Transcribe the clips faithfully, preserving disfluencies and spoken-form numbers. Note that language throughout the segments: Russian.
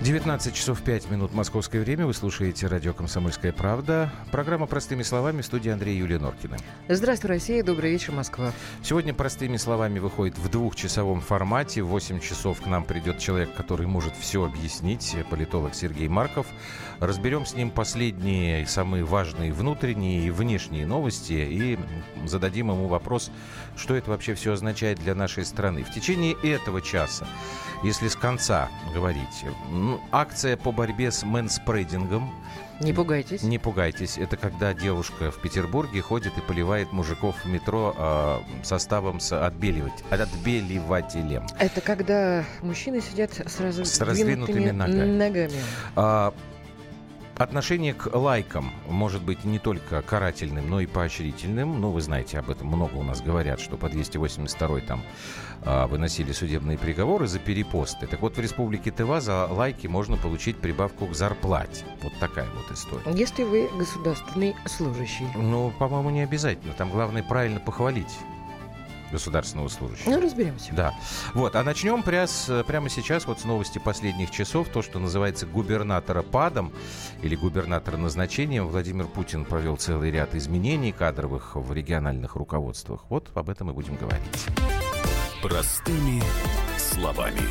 девятнадцать часов пять минут московское время. Вы слушаете радио «Комсомольская правда». Программа «Простыми словами», в студии Андрей и Юлия Норкины. Здравствуй, Россия. Добрый вечер, Москва. Сегодня «Простыми словами» выходит в двухчасовом формате. В восемь часов к нам придет человек, который может все объяснить. Политолог Сергей Марков. Разберем с ним последние, самые важные внутренние и внешние новости. И зададим ему вопрос, что это вообще все означает для нашей страны. В течение этого часа, если с конца говорить, акция по борьбе с мэнспрейдингом. Не пугайтесь. Не пугайтесь. Это когда девушка в Петербурге ходит и поливает мужиков в метро э, составом с отбеливать, отбеливателем. Это когда мужчины сидят с, раз... с раздвинутыми ногами. ногами. А, отношение к лайкам может быть не только карательным, но и поощрительным. Ну, вы знаете, об этом много у нас говорят, что по двести восемьдесят второй там а, выносили судебные приговоры за перепосты. Так вот, в Республике Тыва за лайки можно получить прибавку к зарплате. Вот такая вот история. Если вы государственный служащий. Ну, по-моему, не обязательно. Там главное правильно похвалить государственного служащего. Ну, разберемся. Да. Вот. А начнем пряс, прямо сейчас вот с новости последних часов. То, что называется губернатора падом или губернатора назначением. Владимир Путин провел целый ряд изменений кадровых в региональных руководствах. Вот об этом и будем говорить. Простыми словами.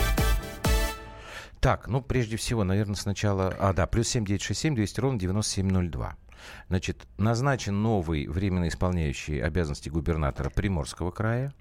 Так, ну, прежде всего, наверное, сначала... А, да, плюс семь девятьсот шестьдесят семь двести ровно девяносто семь ноль два. Значит, назначен новый временно исполняющий обязанности губернатора Приморского края.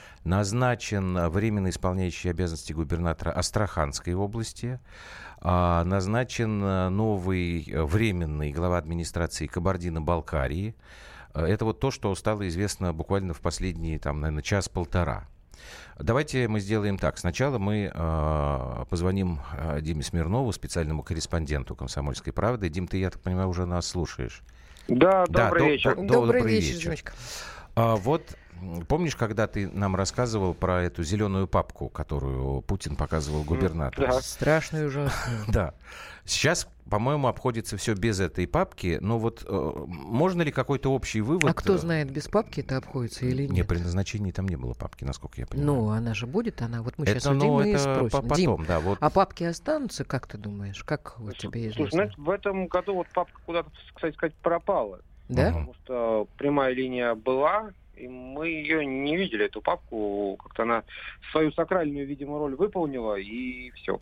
Назначен временно исполняющий обязанности губернатора Астраханской области. А, назначен новый временный глава администрации Кабардино-Балкарии. Это вот то, что стало известно буквально в последние, там, наверное, час-полтора. Давайте мы сделаем так. Сначала мы э, позвоним э, Диме Смирнову, специальному корреспонденту «Комсомольской правды». Дим, ты, я так понимаю, уже нас слушаешь. Да, да добрый до, вечер. До, добрый, добрый вечер, вечер. вечер. А, вот помнишь, когда ты нам рассказывал про эту зеленую папку, которую Путин показывал губернатору? Да. Страшно и ужасно. Да. Сейчас, по-моему, обходится все без этой папки. Но вот э, можно ли какой-то общий вывод... А кто знает, без папки это обходится или нет? Не, при назначении там не было папки, насколько я понимаю. Ну, она же будет, она. Вот мы это, сейчас у ну, Димы и это спросим. потом, Дим, да, вот. а папки останутся, как ты думаешь? Как вот тебе Слушай, известно? знаете, в этом году вот папка куда-то, кстати сказать, пропала. Да? Потому что прямая линия была, и мы ее не видели, эту папку. Как-то она свою сакральную, видимо, роль выполнила, и все.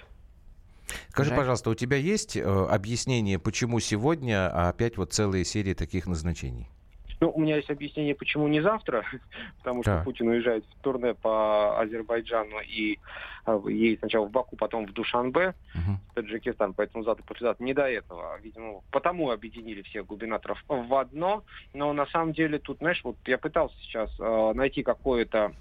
Скажи, Жаль. пожалуйста, у тебя есть э, объяснение, почему сегодня опять вот целая серия таких назначений? Ну, у меня есть объяснение, почему не завтра, потому что Так. Путин уезжает в турне по Азербайджану и э, едет сначала в Баку, потом в Душанбе, Угу. в Таджикистан, поэтому завтра, послезавтра не до этого. Видимо, потому объединили всех губернаторов в одно, но на самом деле тут, знаешь, вот я пытался сейчас э, найти какое-то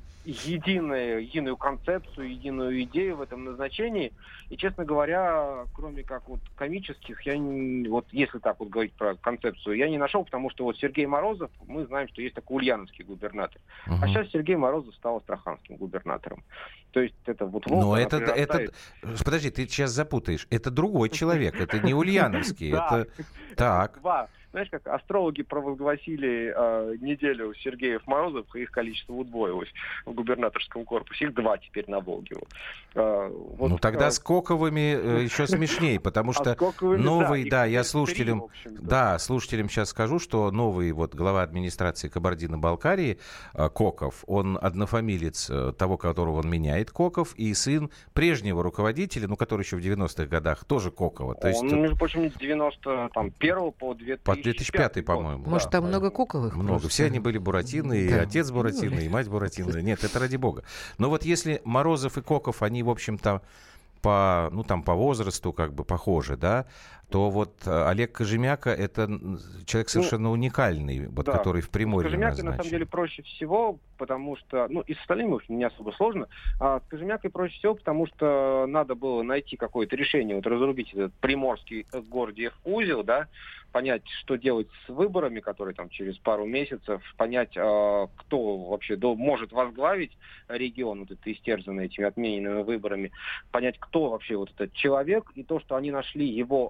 единую, единую концепцию, единую идею в этом назначении. И, честно говоря, кроме как вот комических, я не, вот если так вот говорить про концепцию, я не нашел, потому что вот Сергей Морозов, мы знаем, что есть такой ульяновский губернатор. Угу. А сейчас Сергей Морозов стал астраханским губернатором. То есть это вот... Но Волга, это, она это... Подожди, ты сейчас запутаешь. Это другой человек, это не ульяновский. Это... Так. Два. Знаешь, как астрологи провозгласили э, неделю Сергеев Морозов, и их количество удвоилось в губернаторском корпусе. Их два теперь на Волге. Вот. Э, вот, Ну тогда э, с Коковыми э, еще смешнее, потому что а Скоковыми, новый, да, да, их я три, слушателям, в общем-то. да, слушателям сейчас скажу, что новый вот глава администрации Кабардино-Балкарии э, Коков, он однофамилец э, того, которого он меняет, Коков, и сын прежнего руководителя, ну, который еще в девяностых годах, тоже Кокова. То есть, Он, между прочим, с девяносто первого по две тысячи пятый. по две тысячи пятый, по-моему. Может, Да, там много коковых? Много. просто? Все они были Буратино, и Да. отец Буратино, и мать Буратино. Нет, это ради бога. Но вот если Морозов и Коков, они, в общем-то, по, ну, там, по возрасту как бы похожи, да, то вот э, Олег Кожемяка — это человек совершенно ну, уникальный, вот, да. который в Приморье С Кожемякой, назначен. на самом деле, проще всего, потому что, ну, и с остальными, в общем, не особо сложно, а с Кожемякой проще всего, потому что надо было найти какое-то решение, вот разрубить этот приморский Гордиев узел, да, понять, что делать с выборами, которые там через пару месяцев, понять, э, кто вообще до, может возглавить регион, вот это истерзанный этими отмененными выборами, понять, кто вообще вот этот человек, и то, что они нашли его, а,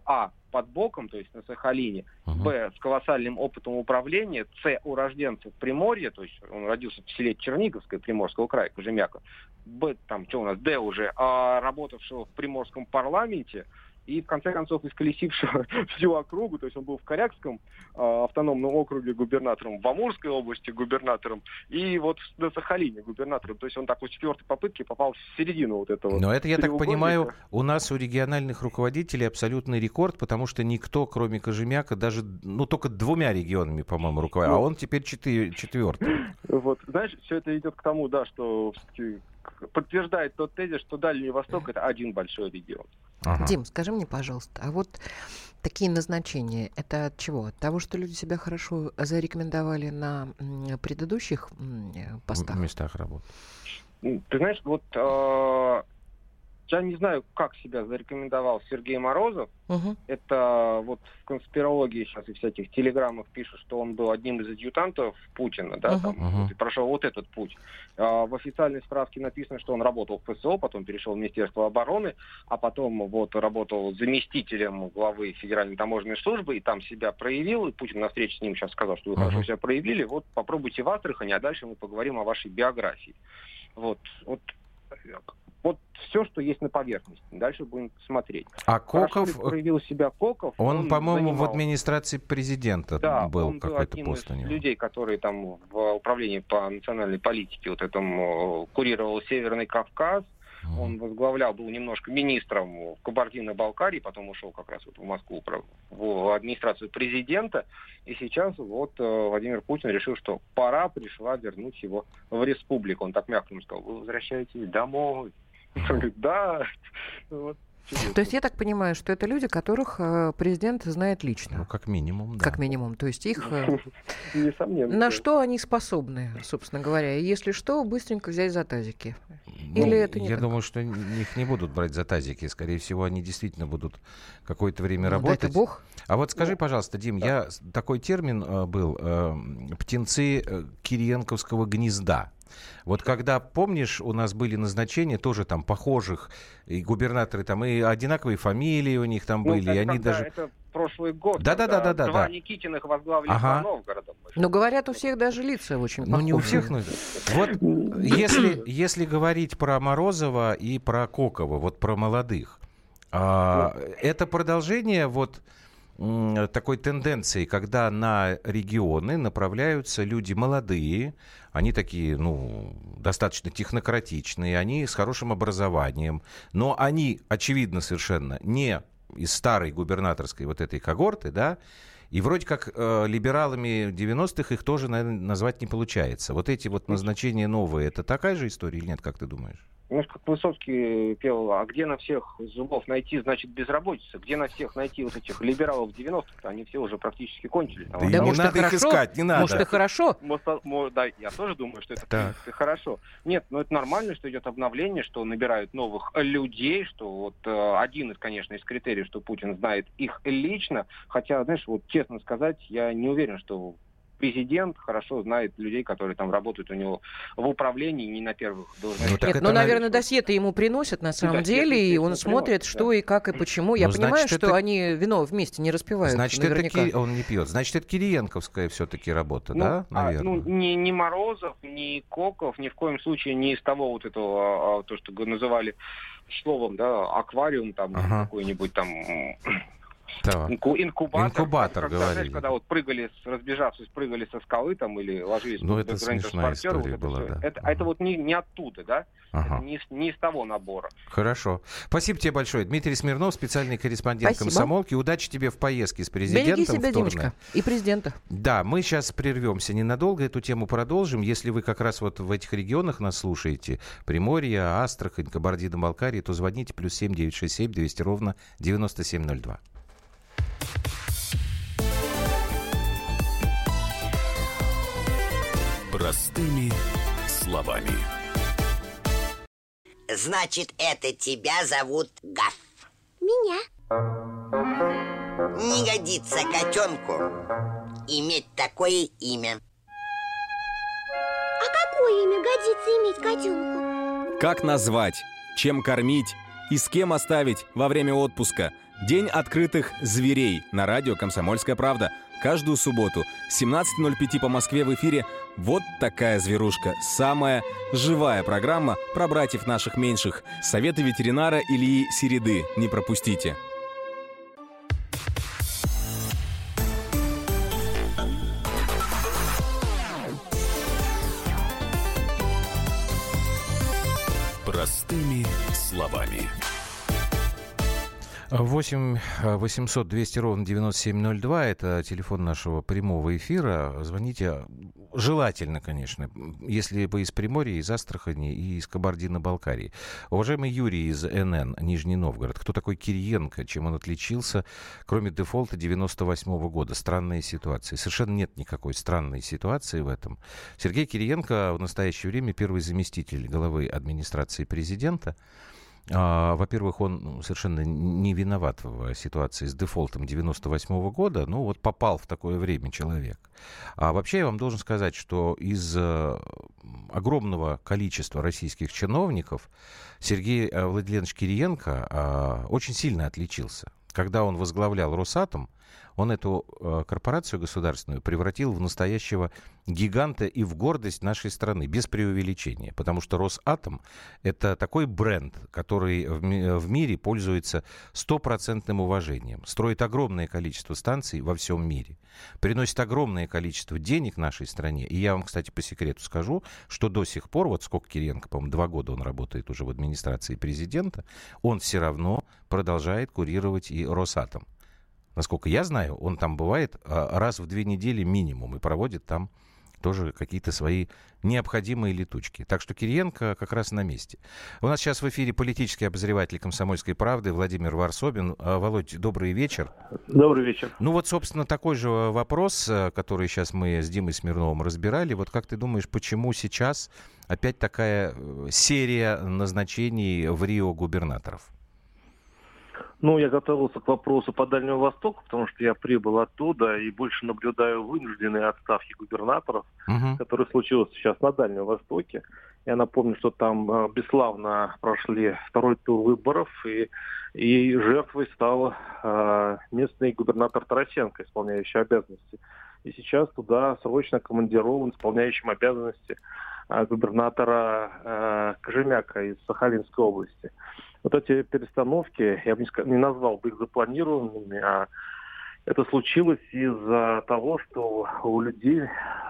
под боком, то есть на Сахалине, Uh-huh. б, с колоссальным опытом управления, с, урожденцев Приморья, то есть он родился в селе Черниговское, Приморского края, Кожемяка, б, там, что у нас, д уже, а, работавшего в Приморском парламенте, и, в конце концов, исколесившего всю округу, то есть он был в Корякском э, автономном округе губернатором, в Амурской области губернатором, и вот на Сахалине губернатором. То есть он так вот в четвертой попытке попал в середину вот этого. Но это, я так треугольника. понимаю, у нас у региональных руководителей абсолютный рекорд, потому что никто, кроме Кожемяка, даже, ну, только двумя регионами, по-моему, руководит, Ну, а он теперь четыре, четвертый. Вот, знаешь, все это идет к тому, да, что все-таки подтверждает тот тезис, что Дальний Восток — это один большой регион. Ага. Дим, скажи мне, пожалуйста, а вот такие назначения, это от чего? От того, что люди себя хорошо зарекомендовали на м, предыдущих м, постах? В местах работы. Ну, ты знаешь, вот э, я не знаю, как себя зарекомендовал Сергей Морозов. Угу. Это вот в конспирологии сейчас и всяких телеграммах пишут, что он был одним из адъютантов Путина, да, Мгм. там, Мгм. вот, и прошел вот этот путь. А, в официальной справке написано, что он работал в ПСО, потом перешел в Министерство обороны, а потом вот работал заместителем главы Федеральной таможенной службы, и там себя проявил, и Путин на встрече с ним сейчас сказал, что вы Мгм. хорошо себя проявили, вот попробуйте в Астрахани, а дальше мы поговорим о вашей биографии. Вот, вот, вот все, что есть на поверхности. Дальше будем смотреть. А Хорошо Коков, ли проявил себя Коков? он, по-моему, в занимал- администрации президента Да, был он был какой-то одним пост из у него. людей, которые там в управлении по национальной политике вот этом э, курировал Северный Кавказ. Мгм. Он возглавлял, был немножко министром в Кабардино-Балкарии, потом ушел как раз вот в Москву, прав- в администрацию президента. И сейчас вот э, Владимир Путин решил, что пора пришла вернуть его в республику. Он так мягко ему сказал: вы возвращаетесь домой. Он говорит: да. Вот. То есть я так понимаю, что это люди, которых э, президент знает Ну, лично, как минимум, да. как минимум. То есть их... э, Несомненно. на да. что они способны, собственно говоря. И если что, быстренько взять за тазики. Ну, Или это не я так? думаю, что их не будут брать за тазики. Скорее всего, они действительно будут какое-то время Ну, дай-то работать. бог. А вот скажи, Ну, пожалуйста, Дим, да. я с- такой термин э, был э, птенцы э, Кириенковского гнезда. Вот когда, помнишь, у нас были назначения тоже там похожих, и губернаторы там, и одинаковые фамилии у них там Ну, были, и это они когда- даже... Это прошлый год. Да-да-да-да-да, когда Два да. Никитиных возглавили Ага. два Новгорода. Но говорят, у всех даже лица очень Ну, не у похожие. всех, но... Вот если, если говорить про Морозова и про Кокова, вот про молодых, а, это продолжение вот м, такой тенденции, когда на регионы направляются люди молодые, они такие, ну, достаточно технократичные, они с хорошим образованием, но они, очевидно совершенно, не из старой губернаторской вот этой когорты, да, и вроде как э, либералами девяностых их тоже, наверное, назвать не получается. Вот эти вот назначения новые, это такая же история или нет, как ты думаешь? Ну, как Высоцкий пел: а где на всех зубов найти, значит, безработица? Где на всех найти вот этих либералов девяностых? Они все уже практически кончились. Там Да и Да, не может, и надо их хорошо, искать, не надо. Может, и хорошо. Моста- мо- Да, я тоже думаю, что это, в Так. принципе, хорошо. Нет, ну это нормально, что идет обновление, что набирают новых людей, что вот э, один из, конечно, из критериев, что Путин знает их лично. Хотя, знаешь, вот честно сказать, я не уверен, что президент хорошо знает людей, которые там работают у него в управлении, не на первых должностях. Ну, так Нет, это, ну, наверное, наверное, досье-то ему приносят на самом досье, деле, и он естественно, смотрит, приносят, что да. и как и почему. Я Ну, понимаю, значит, что это- они вино вместе не распивают Значит, наверняка. это Ки- он не пьет. Значит, это Кириенковская все-таки работа, Ну, да, а, наверное? ну, ни, ни Морозов, ни Коков, ни в коем случае не из того вот этого, а, то, что г- называли словом, да, аквариум, там, Ага. какой-нибудь там м, Так. инку- инкубатор. Инкубатор, когда, говорили. знаешь, когда вот прыгали, с- разбежавшись, прыгали со скалы там или ложились Ну, в это бронетранспортер, смешная история вот это была, всё. да. Это, Ага. это вот не, не оттуда, да? Ага. Это не, из- не из того набора. Хорошо. Спасибо тебе большое. Дмитрий Смирнов, специальный корреспондент Спасибо. «Комсомолки». Удачи тебе в поездке с президентом. Береги себя, в турне. Димочка, и президента. Да, мы сейчас прервемся ненадолго, эту тему продолжим. Если вы как раз вот в этих регионах нас слушаете, Приморье, Астрахань, Кабардино-Балкария, то звоните плюс семь девятьсот шестьдесят семь двести ровно девяносто семь ноль два. Простыми словами. Значит, это тебя зовут Гаф. Меня. Не годится котенку иметь такое имя. А какое имя годится иметь котенку? Как назвать, чем кормить и с кем оставить во время отпуска? День открытых зверей на радио «Комсомольская правда». Каждую субботу с семнадцати ноль пять по Москве в эфире «Вот такая зверушка». Самая живая программа про братьев наших меньших. Советы ветеринара Ильи Середы. Не пропустите. Простыми словами. восемь восемьсот двести ровно девяносто семь ноль два. Это телефон нашего прямого эфира. Звоните. Желательно, конечно, если вы из Приморья, из Астрахани и из Кабардино-Балкарии. Уважаемый Юрий из эн эн, Нижний Новгород. Кто такой Кириенко? Чем он отличился, кроме дефолта девяносто восьмого года? Странная ситуация. Совершенно нет никакой странной ситуации в этом. Сергей Кириенко в настоящее время первый заместитель главы администрации президента. А, во-первых, он совершенно не виноват в ситуации с дефолтом девяносто восьмого года. Ну, вот попал в такое время человек. А вообще я вам должен сказать, что из э, огромного количества российских чиновников Сергей э, Владимирович Кириенко э, очень сильно отличился. Когда он возглавлял Росатом, он эту э, корпорацию государственную превратил в настоящего гиганта и в гордость нашей страны, без преувеличения. Потому что Росатом — это такой бренд, который в, ми- в мире пользуется стопроцентным уважением, строит огромное количество станций во всем мире, приносит огромное количество денег нашей стране. И я вам, кстати, по секрету скажу, что до сих пор, вот сколько Кириенко, по-моему, два года он работает уже в администрации президента, он все равно продолжает курировать и Росатом. Насколько я знаю, он там бывает раз в две недели минимум и проводит там тоже какие-то свои необходимые летучки. Так что Кириенко как раз на месте. У нас сейчас в эфире политический обозреватель «Комсомольской правды» Владимир Варсобин. Володь, добрый вечер. Добрый вечер. Ну вот, собственно, такой же вопрос, который сейчас мы с Димой Смирновым разбирали. Вот как ты думаешь, почему сейчас опять такая серия назначений в Рио губернаторов? Ну, я готовился к вопросу по Дальнему Востоку, потому что я прибыл оттуда и больше наблюдаю вынужденные отставки губернаторов, uh-huh. которые случились сейчас на Дальнем Востоке. Я напомню, что там э, бесславно прошли второй тур выборов, и, и жертвой стал э, местный губернатор Тарасенко, исполняющий обязанности. И сейчас туда срочно командирован исполняющим обязанности э, губернатора э, Кожемяка из Сахалинской области. Вот эти перестановки, я бы не назвал бы их запланированными, а это случилось из-за того, что у людей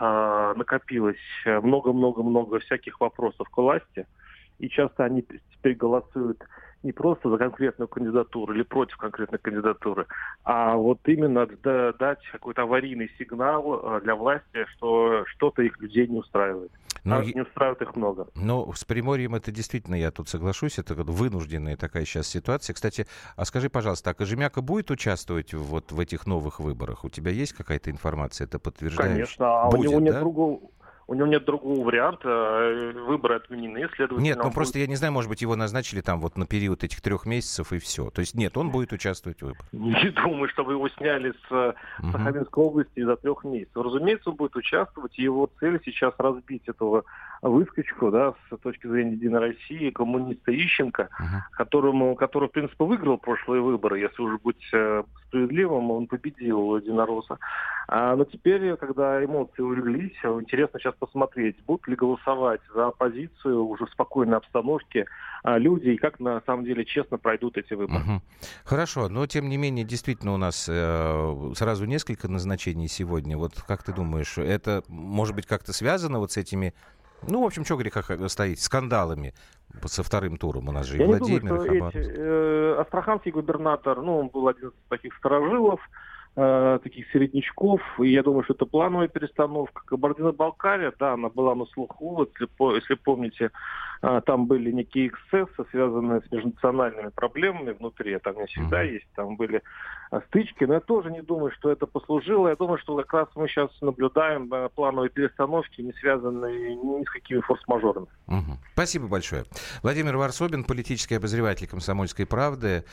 а, накопилось много-много-много всяких вопросов к власти, и часто они теперь голосуют не просто за конкретную кандидатуру или против конкретной кандидатуры, а вот именно дать какой-то аварийный сигнал для власти, что что-то их людей не устраивает. Но а не устраивает их много. Ну, с Приморьем это действительно, я тут соглашусь, это вынужденная такая сейчас ситуация. Кстати, а скажи, пожалуйста, а Кожемяка будет участвовать вот в этих новых выборах? У тебя есть какая-то информация, это подтверждающая? Конечно, а будет, у него нет да? другого... У него нет другого варианта, выборы отменены, следовательно... Нет, ну будет... просто я не знаю, может быть, его назначили там вот на период этих трех месяцев и все. То есть нет, он будет участвовать в выборах. Не думаю, что вы его сняли с uh-huh. Сахалинской области из-за трех месяцев. Разумеется, он будет участвовать, и его цель сейчас разбить этого выскочку, да, с точки зрения Единой России, коммуниста Ищенко, uh-huh. которому, который, в принципе, выиграл прошлые выборы, если уже быть справедливым, он победил единоросса. А, но теперь, когда эмоции улеглись, интересно сейчас посмотреть, будут ли голосовать за оппозицию уже в спокойной обстановке а, люди, и как на самом деле честно пройдут эти выборы. Угу. Хорошо, но тем не менее, действительно у нас э, сразу несколько назначений сегодня. Вот как ты думаешь, это может быть как-то связано вот с этими, ну, в общем, что греха стоит, скандалами со вторым туром? У нас же и Я Владимир, не думаю, что и Хабаровск. Эти, э, астраханский губернатор, ну, он был один из таких старожилов, э, таких середнячков, и я думаю, что это плановая перестановка. Кабардино-Балкария, да, она была на слуху, вот, если, если помните, э, там были некие эксцессы, связанные с межнациональными проблемами внутри, там не всегда mm-hmm. есть, там были э, стычки, но я тоже не думаю, что это послужило. Я думаю, что как раз мы сейчас наблюдаем э, плановые перестановки, не связанные ни с какими форс-мажорами. Mm-hmm. Спасибо большое. Владимир Варсобин, политический обозреватель «Комсомольской правды».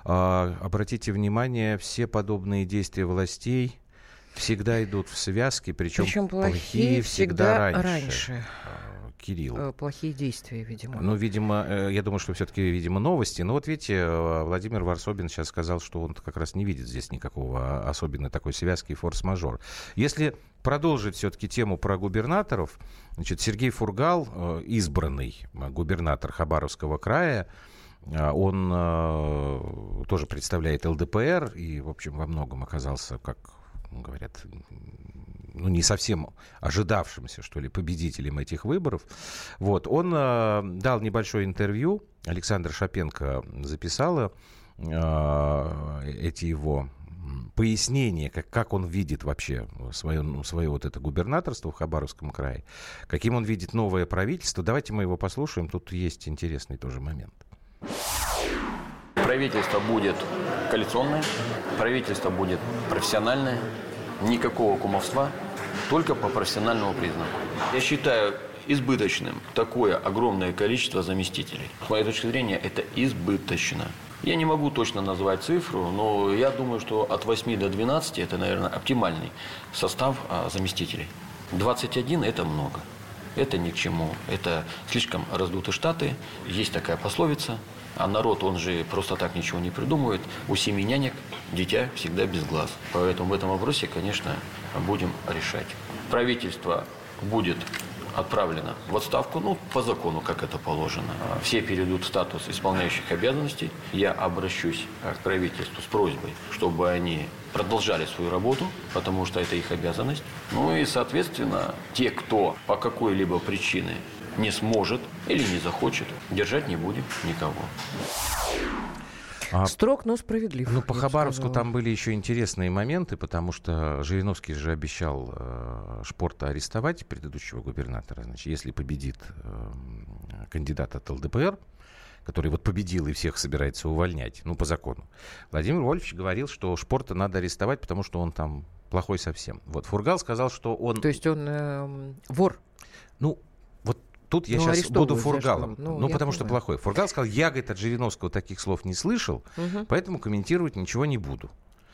Э, обратите внимание, все подобные действия властей всегда идут в связке, причем, причем плохие, плохие всегда, всегда раньше. раньше. Кирилл. Плохие действия, видимо. Ну, видимо, я думаю, что все-таки, видимо, новости. Но вот видите, Владимир Варсобин сейчас сказал, что он как раз не видит здесь никакого особенной такой связки и форс-мажор. Если продолжить все-таки тему про губернаторов, значит, Сергей Фургал, избранный губернатор Хабаровского края, он тоже представляет эл дэ пэ эр и, в общем, во многом оказался, как говорят, ну, не совсем ожидавшимся, что ли, победителем этих выборов. Вот. Он э, дал небольшое интервью. Александра Шапенко записала э, эти его пояснения, как, как он видит вообще свое, ну, свое вот это губернаторство в Хабаровском крае, каким он видит новое правительство. Давайте мы его послушаем. Тут есть интересный тоже момент. Правительство будет коалиционное, правительство будет профессиональное, никакого кумовства, только по профессиональному признаку. Я считаю избыточным такое огромное количество заместителей. С моей точки зрения, это избыточно. Я не могу точно назвать цифру, но я думаю, что от восьми до двенадцати это, наверное, оптимальный состав а, заместителей. двадцать один – это много. Это ни к чему. Это слишком раздуты штаты. Есть такая пословица. А народ, он же просто так ничего не придумывает. У семи нянек дитя всегда без глаз. Поэтому в этом вопросе, конечно, будем решать. Правительство будет отправлено в отставку, ну, по закону, как это положено. Все перейдут в статус исполняющих обязанностей. Я обращусь к правительству с просьбой, чтобы они продолжали свою работу, потому что это их обязанность. Ну и, соответственно, те, кто по какой-либо причине не сможет или не захочет, держать не будем никого. А, Строг, но справедлив. Ну, по Хабаровску там были еще интересные моменты, потому что Жириновский же обещал э, Шпорта арестовать, предыдущего губернатора. Значит, если победит э, кандидат от эл дэ пэ эр, который вот победил и всех собирается увольнять, ну, по закону. Владимир Вольфович говорил, что Шпорта надо арестовать, потому что он там плохой совсем. Вот Фургал сказал, что он... То есть он э, вор? Ну, вот тут я ну, сейчас буду Фургалом. Ну, ну потому что плохой. Фургал сказал, я, говорит, от Жириновского таких слов не слышал, угу. поэтому комментировать ничего не буду.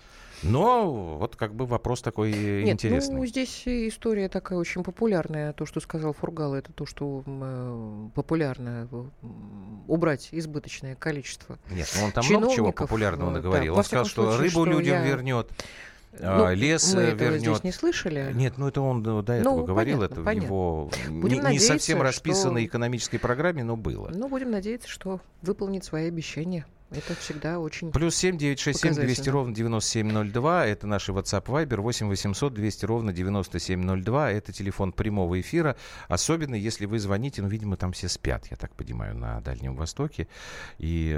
Но вот как бы вопрос такой Нет, интересный. Ну, здесь история такая очень популярная. То, что сказал Фургал, это то, что э, популярно э, убрать избыточное количество. Нет, ну он там много чего популярного наговорил. Да, он сказал, что случае, рыбу что людям я... вернет. Ну, лес мы вернет. этого здесь не слышали. Нет, ну это он до этого ну, говорил, понятно, это понятно. в его не, не совсем расписанной что... экономической программе, но было. Ну, будем надеяться, что выполнит свои обещания. Это всегда очень Плюс семь девятьсот шестьдесят семь двести ровно девяносто семь ноль два. Это наши WhatsApp Viber. восемь восемьсот двести ровно девяносто семь ноль два. Это телефон прямого эфира. Особенно, если вы звоните, ну, видимо, там все спят, я так понимаю, на Дальнем Востоке. И,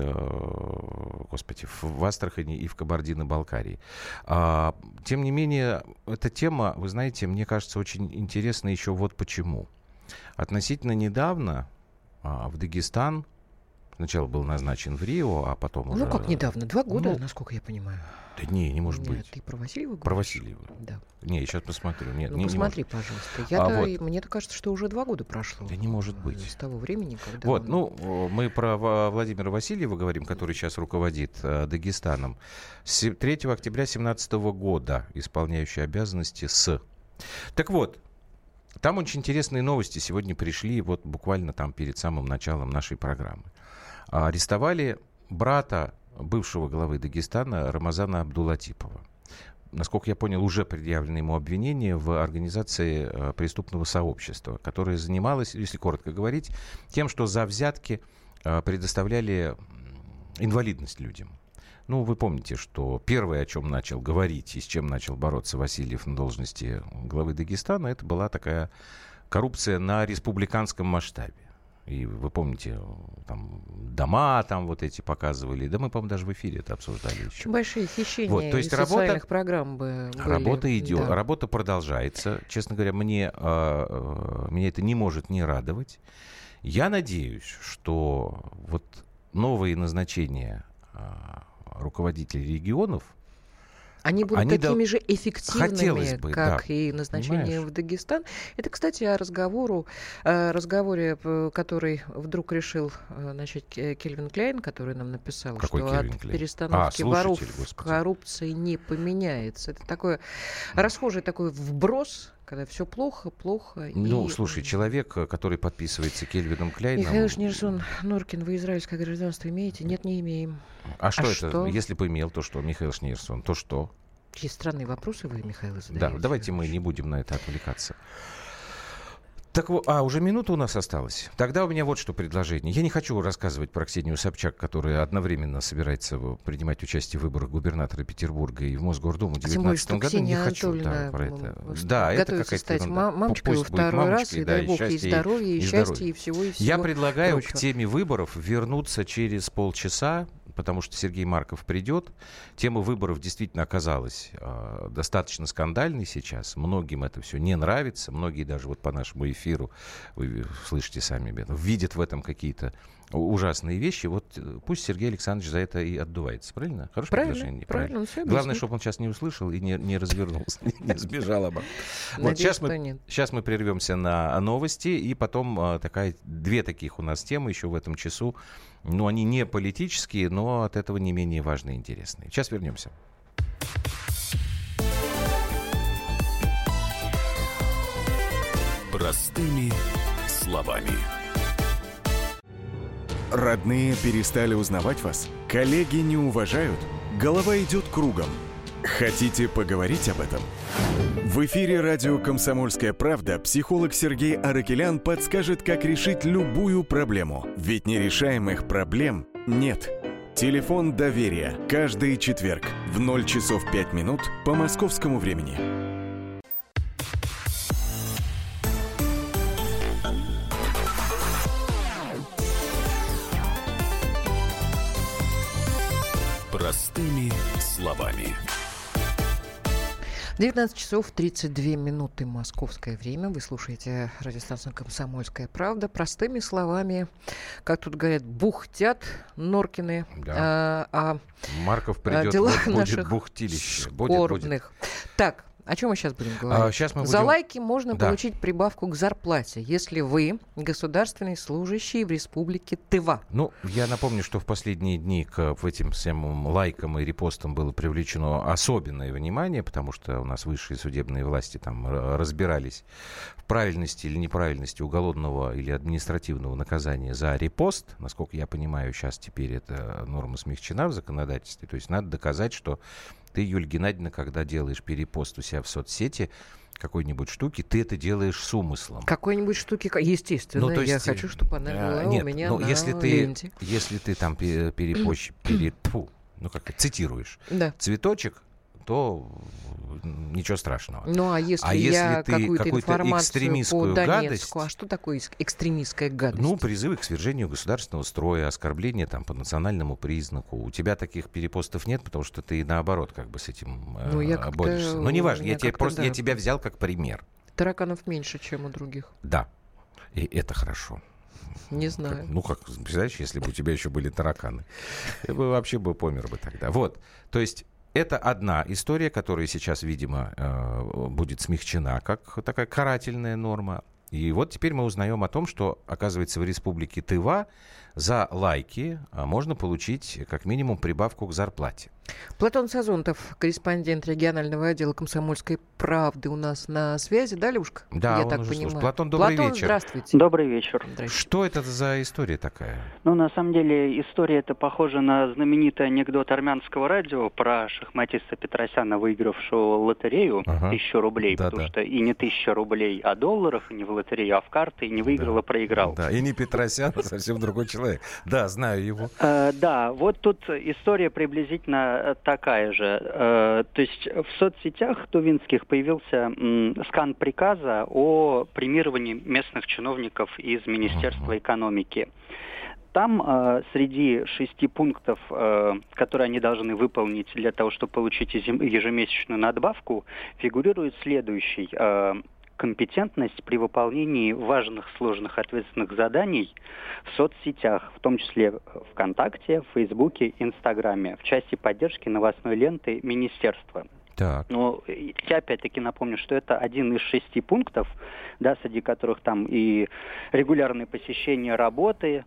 э, господи, в Астрахани и в Кабардино-Балкарии. А, тем не менее, эта тема, вы знаете, мне кажется, очень интересна еще вот почему. Относительно недавно а, в Дагестан сначала был назначен в Рио, а потом ну, уже... Ну, как недавно? Два года, ну, насколько я понимаю. Да не, не может Нет, быть. Ты про Васильева говоришь? Про Васильева. Да. Не, я сейчас посмотрю. Нет, ну, не, посмотри, не пожалуйста. Я-то, а вот. Мне-то кажется, что уже два года прошло. Да не может быть. С того времени, когда... Вот, он... ну, мы про Владимира Васильева говорим, который сейчас руководит э, Дагестаном. С третьего октября две тысячи семнадцатого года исполняющий обязанности с... Так вот, там очень интересные новости сегодня пришли, вот буквально там перед самым началом нашей программы. Арестовали брата бывшего главы Дагестана Рамазана Абдулатипова. Насколько я понял, уже предъявлено ему обвинение в организации э, преступного сообщества, которое занималось, если коротко говорить, тем, что за взятки э, предоставляли инвалидность людям. Ну, вы помните, что первое, о чем начал говорить и с чем начал бороться Васильев на должности главы Дагестана, это была такая коррупция на республиканском масштабе. И вы помните, там дома там вот эти показывали. Да мы, по-моему, даже в эфире это обсуждали еще. Большие хищения вот, то есть из работа, социальных программ бы Работа были. идет, Да. работа продолжается. Честно говоря, мне, э, меня это не может не радовать. Я надеюсь, что вот новые назначения э, руководителей регионов, Они будут Они такими дол... же эффективными, бы, как да. и назначение Понимаешь? в Дагестан. Это, кстати, о разговору, о разговоре, который вдруг решил начать Кельвин Кляйн, который нам написал, Какой что Кельвин от Кляйн? перестановки а, воров Господи. коррупции не поменяется. Это такой расхожий такой вброс, Когда все плохо, плохо. Ну, и... слушай, человек, который подписывается Кельвином Кляйном... Михаил Шнирсон, Норкин, вы израильское гражданство имеете? Нет, не имеем. А что а это? Что? Если бы имел, то что? Михаил Шнирсон, то что? Какие странные вопросы вы, Михаил, задаете? Да, давайте мы не будем на это отвлекаться. Так вот, а, уже минута у нас осталась. Тогда у меня вот что предложение. Я не хочу рассказывать про Ксению Собчак, которая одновременно собирается принимать участие в выборах губернатора Петербурга и в Мосгордуму в две тысячи девятнадцатом году. Не хочу да, про это. Да, это какая-то стать ерунда. Мамочкой во второй раз, и дай бог ей здоровья, и счастья, и всего, и всего. Я предлагаю прочего. к теме выборов вернуться через полчаса, потому что Сергей Марков придет. Тема выборов действительно оказалась э, достаточно скандальной сейчас. Многим это все не нравится. Многие даже вот по нашему эфиру, вы слышите сами, видят в этом какие-то ужасные вещи. Вот пусть Сергей Александрович за это и отдувается. Правильно? Хорошее правильно, предложение? Правильно. Правильно. Главное, чтобы он сейчас не услышал и не, не развернулся, не сбежал обратно. Вот сейчас мы, сейчас мы прервемся на новости, и потом такая, две таких у нас темы еще в этом часу. Ну, они не политические, но от этого не менее важные и интересные. Сейчас вернемся. Простыми словами. Родные перестали узнавать вас? Коллеги не уважают? Голова идет кругом. Хотите поговорить об этом? В эфире радио «Комсомольская правда» психолог Сергей Аракелян подскажет, как решить любую проблему. Ведь нерешаемых проблем нет. Телефон доверия. Каждый четверг в ноль часов пять минут по московскому времени. Простыми словами. девятнадцать часов тридцать две минуты московское время. Вы слушаете радиостанцию «Комсомольская правда». Простыми словами, как тут говорят, бухтят Норкины. Да. А, а Марков придет, вот будет бухтилище. Будет, будет. Так, о чем мы сейчас будем говорить? А, сейчас мы За будем... лайки можно да. получить прибавку к зарплате, если вы государственный служащий в республике Тыва. Ну, я напомню, что в последние дни к этим самым лайкам и репостам было привлечено особенное внимание, потому что у нас высшие судебные власти там разбирались в правильности или неправильности уголовного или административного наказания за репост. Насколько я понимаю, сейчас теперь эта норма смягчена в законодательстве. То есть надо доказать, что ты, Юлия Геннадьевна, когда делаешь перепост у себя в соцсети какой-нибудь штуки, ты это делаешь с умыслом. Какой-нибудь штуки, естественно. Ну, то есть, я хочу, чтобы она была а, нет, у меня ну, на если ты, ленте. Если ты там перепощ, пере, фу, ну, как цитируешь да. цветочек, то ничего страшного. Ну, а если, а я если ты какую-то информацию по Донецку, гадость, а что такое экстремистская гадость? Ну, призывы к свержению государственного строя, оскорбления там по национальному признаку. У тебя таких перепостов нет, потому что ты наоборот как бы с этим ну, э, я борешься. Но неважно, я, тебе просто, да. я тебя взял как пример. Тараканов меньше, чем у других. Да, и это хорошо. Не знаю. Как, ну, как, представляешь, если бы у тебя еще были тараканы. Я бы вообще бы помер бы тогда. Вот, то есть... Это одна история, которая сейчас, видимо, будет смягчена как такая карательная норма. И вот теперь мы узнаем о том, что, оказывается, в республике Тыва за лайки можно получить как минимум прибавку к зарплате. Платон Сазонтов, корреспондент регионального отдела «Комсомольской правды» у нас на связи. Да, Люшка? Да, я он так уже понимаю. Слушает. Платон, добрый Платон, вечер. Здравствуйте. Добрый вечер. Что это за история такая? Ну, на самом деле, история эта похожа на знаменитый анекдот армянского радио про шахматиста Петросяна, выигравшего лотерею ага. тысячу рублей, да, потому да. что и не тысяча рублей, а долларов, и не в лотерею, а в карты, и не выиграл, да. а проиграл. Да, и не Петросян, а совсем другой человек. Да, знаю его. Э, да, вот тут история приблизительно такая же. Э, то есть в соцсетях тувинских появился м, скан приказа о премировании местных чиновников из Министерства экономики. Там э, среди шести пунктов, э, которые они должны выполнить для того, чтобы получить ежемесячную надбавку, фигурирует следующий. Э, компетентность при выполнении важных, сложных, ответственных заданий в соцсетях, в том числе ВКонтакте, Фейсбуке, Инстаграме, в части поддержки новостной ленты Министерства. Так. Но я опять-таки напомню, что это один из шести пунктов, да, среди которых там и регулярное посещение работы,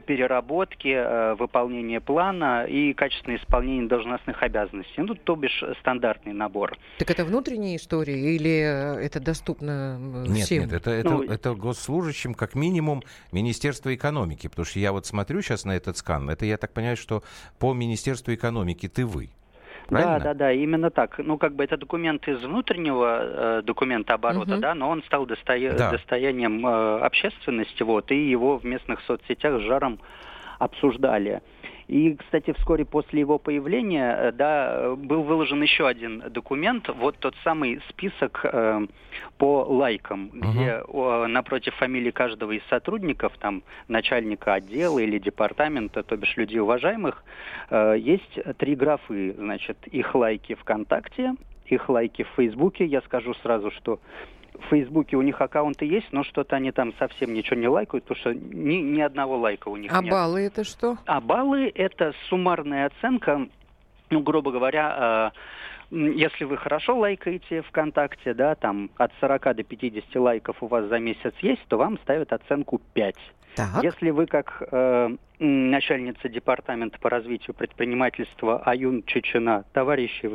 переработки, выполнение плана и качественное исполнение должностных обязанностей. Ну, то бишь стандартный набор. Так это внутренняя история или это доступно всем? Нет, нет, это, это, ну, это госслужащим как минимум Министерство экономики, потому что я вот смотрю сейчас на этот скан, это я так понимаю, что по Министерству экономики ты вы. Правильно? Да, да, да, именно так. Ну, как бы это документ из внутреннего э, документа оборота, угу. да, но он стал достоя... да. достоянием э, общественности, вот, и его в местных соцсетях с жаром обсуждали. И, кстати, вскоре после его появления, да, был выложен еще один документ, вот тот самый список э, по лайкам, uh-huh. где о, напротив фамилии каждого из сотрудников, там, начальника отдела или департамента, то бишь людей уважаемых, э, есть три графы, значит, их лайки ВКонтакте, их лайки в Фейсбуке. Я скажу сразу, что в Фейсбуке у них аккаунты есть, но что-то они там совсем ничего не лайкают, потому что ни, ни одного лайка у них а нет. А баллы это что? А баллы это суммарная оценка, ну, грубо говоря, э, если вы хорошо лайкаете ВКонтакте, да, там от сорока до пятидесяти лайков у вас за месяц есть, то вам ставят оценку пять. Так. Если вы как э, начальница департамента по развитию предпринимательства Аюн Чечена Товарищевна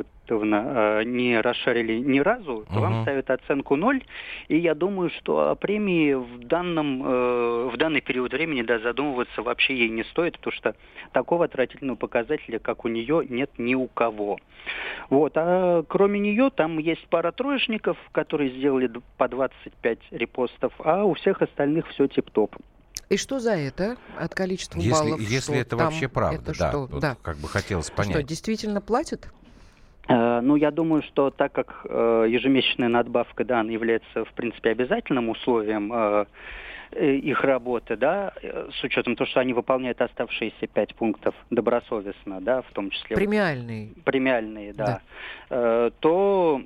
э, не расшарили ни разу, то uh-huh. вам ставят оценку ноль. И я думаю, что о премии в данном э, в данный период времени, да, задумываться вообще ей не стоит, потому что такого отвратительного показателя, как у нее, нет ни у кого. Вот. А кроме нее там есть пара троечников, которые сделали по двадцать пять репостов, а у всех остальных все тип-топ. И что за это от количества если, баллов? Если что это там, вообще правда, это да, что? вот да. Как бы хотелось понять. Что, действительно платят? Uh, ну, я думаю, что так как uh, ежемесячная надбавка, да, она является, в принципе, обязательным условием uh, их работы, да, с учетом того, что они выполняют оставшиеся пять пунктов добросовестно, да, в том числе... Премиальные. Премиальные, да. да. Uh, то...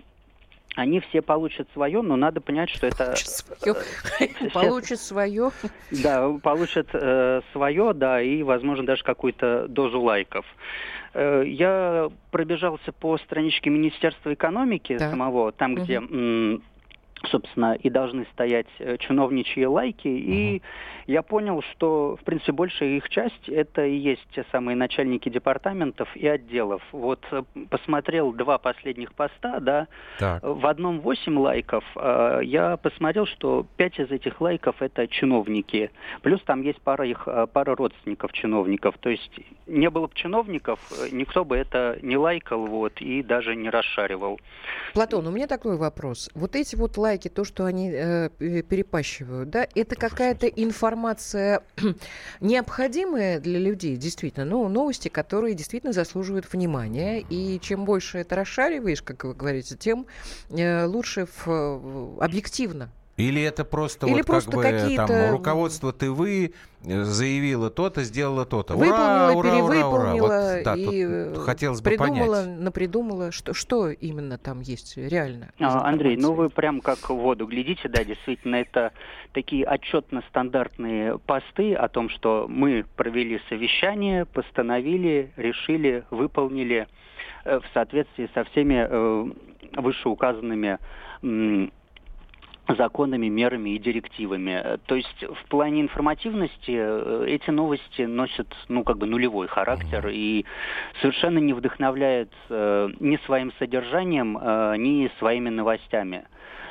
Они все получат свое, но надо понять, что это... Получат свое? Да, получат э, свое, да, и, возможно, даже какую-то дозу лайков. Э, я пробежался по страничке Министерства экономики да. самого, там, угу. где, м, собственно, и должны стоять чиновничьи лайки, угу. и я понял, что, в принципе, большая их часть это и есть те самые начальники департаментов и отделов. Вот посмотрел два последних поста, да, так. в одном восемь лайков, а я посмотрел, что пять из этих лайков это чиновники, плюс там есть пара их, пара родственников чиновников, то есть не было бы чиновников, никто бы это не лайкал, вот, и даже не расшаривал. Платон, у меня такой вопрос. Вот эти вот лайки, то, что они э, перепащивают, да, это какая-то информация Информация необходимая для людей, действительно, ну, новости, которые действительно заслуживают внимания, и чем больше это расшариваешь, как вы говорите, тем э, лучше в, в, объективно. Или это просто, Или вот просто как бы там руководство ТВ заявило то-то, сделало то-то. Выполнила, ура, перевыполнила ура, вот, да, и хотелось бы придумала, понять. напридумала, что, что именно там есть реально. А, Андрей, ну вы прям как в воду глядите, да, действительно, это такие отчетно-стандартные посты о том, что мы провели совещание, постановили, решили, выполнили э, в соответствии со всеми э, вышеуказанными э, законами, мерами и директивами. То есть в плане информативности эти новости носят, ну, как бы нулевой характер и совершенно не вдохновляют э, ни своим содержанием, э, ни своими новостями.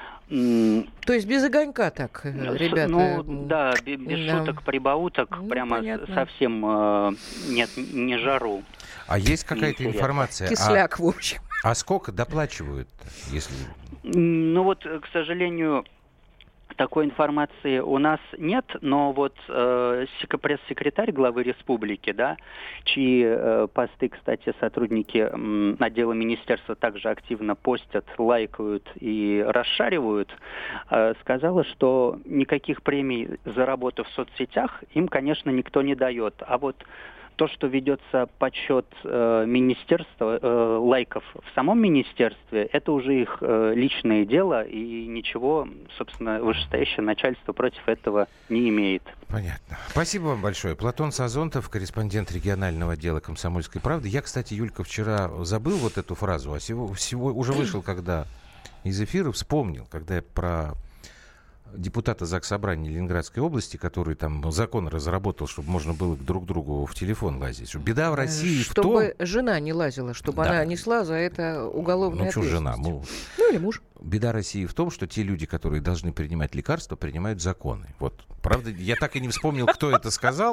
То есть без огонька так, ребята? Ну, да, без, без да. шуток, прибауток, ну, прямо понятно. Совсем э, нет, не жару. А есть какая-то информация? Кисляк, а, в общем. А сколько доплачивают, если... Ну вот, к сожалению, такой информации у нас нет, но вот э, пресс-секретарь главы республики, да, чьи э, посты, кстати, сотрудники э, отдела министерства также активно постят, лайкают и расшаривают, э, сказала, что никаких премий за работу в соцсетях им, конечно, никто не дает. А вот то, что ведется подсчет э, министерства, э, лайков в самом министерстве, это уже их э, личное дело, и ничего, собственно, вышестоящее начальство против этого не имеет. Понятно. Спасибо вам большое. Платон Сазонтов, корреспондент регионального отдела «Комсомольской правды». Я, кстати, Юлька, вчера забыл вот эту фразу, а всего, всего уже вышел, когда из эфира, вспомнил, когда я про депутата Заксобрания Ленинградской области, который там закон разработал, чтобы можно было друг к другу в телефон лазить. Что беда в России чтобы в том... Чтобы жена не лазила, чтобы да. она несла за это уголовную ну, ответственность. Ну, что жена? Муж. Ну, или муж. Беда России в том, что те люди, которые должны принимать лекарства, принимают законы. Вот. Правда, я так и не вспомнил, кто это сказал.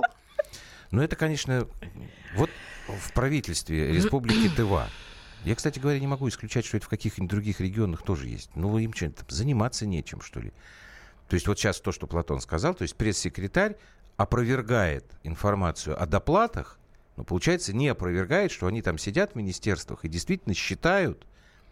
Но это, конечно, вот в правительстве Республики Тыва. Я, кстати говоря, не могу исключать, что это в каких-нибудь других регионах тоже есть. Ну, им что-то заниматься нечем, что ли. То есть вот сейчас то, что Платон сказал, то есть пресс-секретарь опровергает информацию о доплатах, но, получается, не опровергает, что они там сидят в министерствах и действительно считают,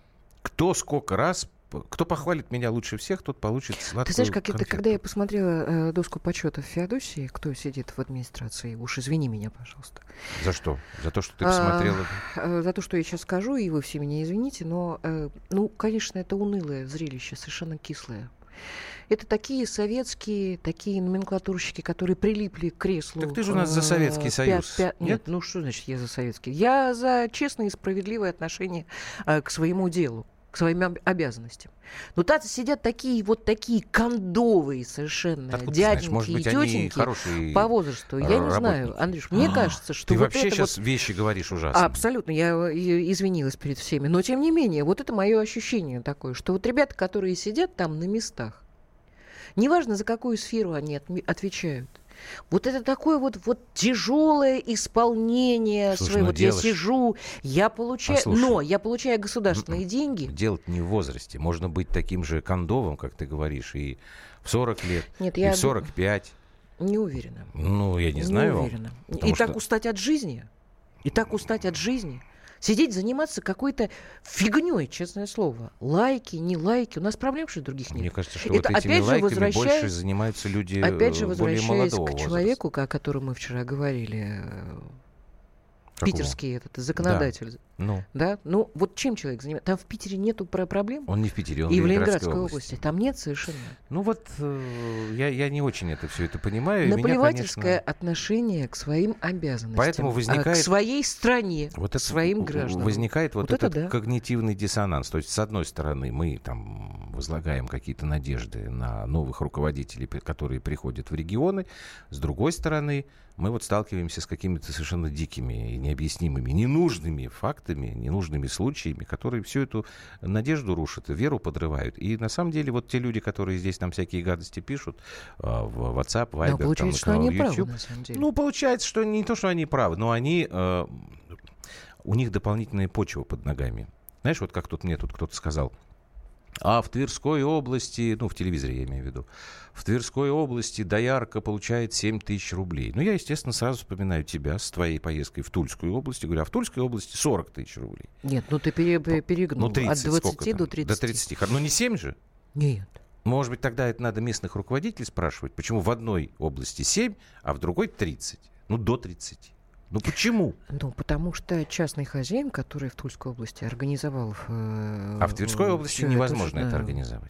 кто сколько раз, кто похвалит меня лучше всех, тот получит сладкую Ты знаешь, как это, конфету. когда я посмотрела э, доску почета в Феодосии, кто сидит в администрации, уж извини меня, пожалуйста. За что? За то, что ты посмотрела? А, за то, что я сейчас скажу, и вы все меня извините, но, э, ну, конечно, это унылое зрелище, совершенно кислое. Это такие советские, такие номенклатурщики, которые прилипли к креслу. Так ты же у нас за Советский Союз. Пя- пя- нет? нет, ну что значит я за Советский? Я за честное и справедливое отношение э, к своему делу, к своим об- обязанностям. Но там сидят такие вот такие кондовые совершенно Откуда дяденьки знаешь, может быть, и тетеньки по возрасту. Я не знаю, Андрюш, мне кажется, что ты вот вообще это сейчас вот... вещи говоришь ужасно. Абсолютно, я извинилась перед всеми. Но, тем не менее, вот это мое ощущение такое, что вот ребята, которые сидят там на местах, неважно, за какую сферу они отвечают, вот это такое вот, вот тяжелое исполнение Слушай, своего. ну Вот я делаешь... сижу, я получаю, Послушай, но я получаю государственные м-м, деньги. Делать не в возрасте. Можно быть таким же кондовым, как ты говоришь, и в сорок лет, Нет, и я в сорок пять. Не уверена. Ну, я не, не знаю. уверена. И что... так что... устать от жизни. И так устать от жизни. Сидеть, заниматься какой-то фигней, честное слово. Лайки, не лайки. У нас проблем, что других нет. Мне кажется, что это, вот этими опять же, лайками возвращаясь... больше занимаются люди опять же, более молодого к возраста. человеку, о котором мы вчера говорили, Какого? Питерский этот законодатель. Да. Ну. Да? Ну, вот чем человек занимается? Там в Питере нету проблем? Он не в Питере, он и в Ленинградской, Ленинградской области. области. Там нет совершенно. Ну вот, э, я, я не очень это все это понимаю. Наплевательское меня, конечно... отношение к своим обязанностям. Поэтому возникает... К своей стране, вот к это своим гражданам. Возникает вот, вот этот это да. когнитивный диссонанс. То есть, с одной стороны, мы там возлагаем какие-то надежды на новых руководителей, которые приходят в регионы. С другой стороны, мы вот сталкиваемся с какими-то совершенно дикими и необъяснимыми, ненужными фактами, ненужными случаями, которые всю эту надежду рушат, веру подрывают. И на самом деле вот те люди, которые здесь нам всякие гадости пишут в WhatsApp, Viber, но получается, там, что они YouTube, правы, на самом деле. Ну, получается, что не то, что они правы, но они, э, у них дополнительная почва под ногами. Знаешь, вот как тут мне тут кто-то сказал, а в Тверской области, ну, в телевизоре я имею в виду, в Тверской области доярка получает семь тысяч рублей. Ну, я, естественно, сразу вспоминаю тебя с твоей поездкой в Тульскую область. Говорю, а в Тульской области сорок тысяч рублей. Нет, ну ты пере, перегнул. Ну, тридцать, от двадцати до тридцати. До тридцати. Ну, не семь же? Нет. Может быть, тогда это надо местных руководителей спрашивать, почему в одной области семь, а в другой тридцать. Ну, до тридцати. Ну, почему? Ну, потому что частный хозяин, который в Тульской области организовал... Э, а в Тверской области невозможно это, это организовать.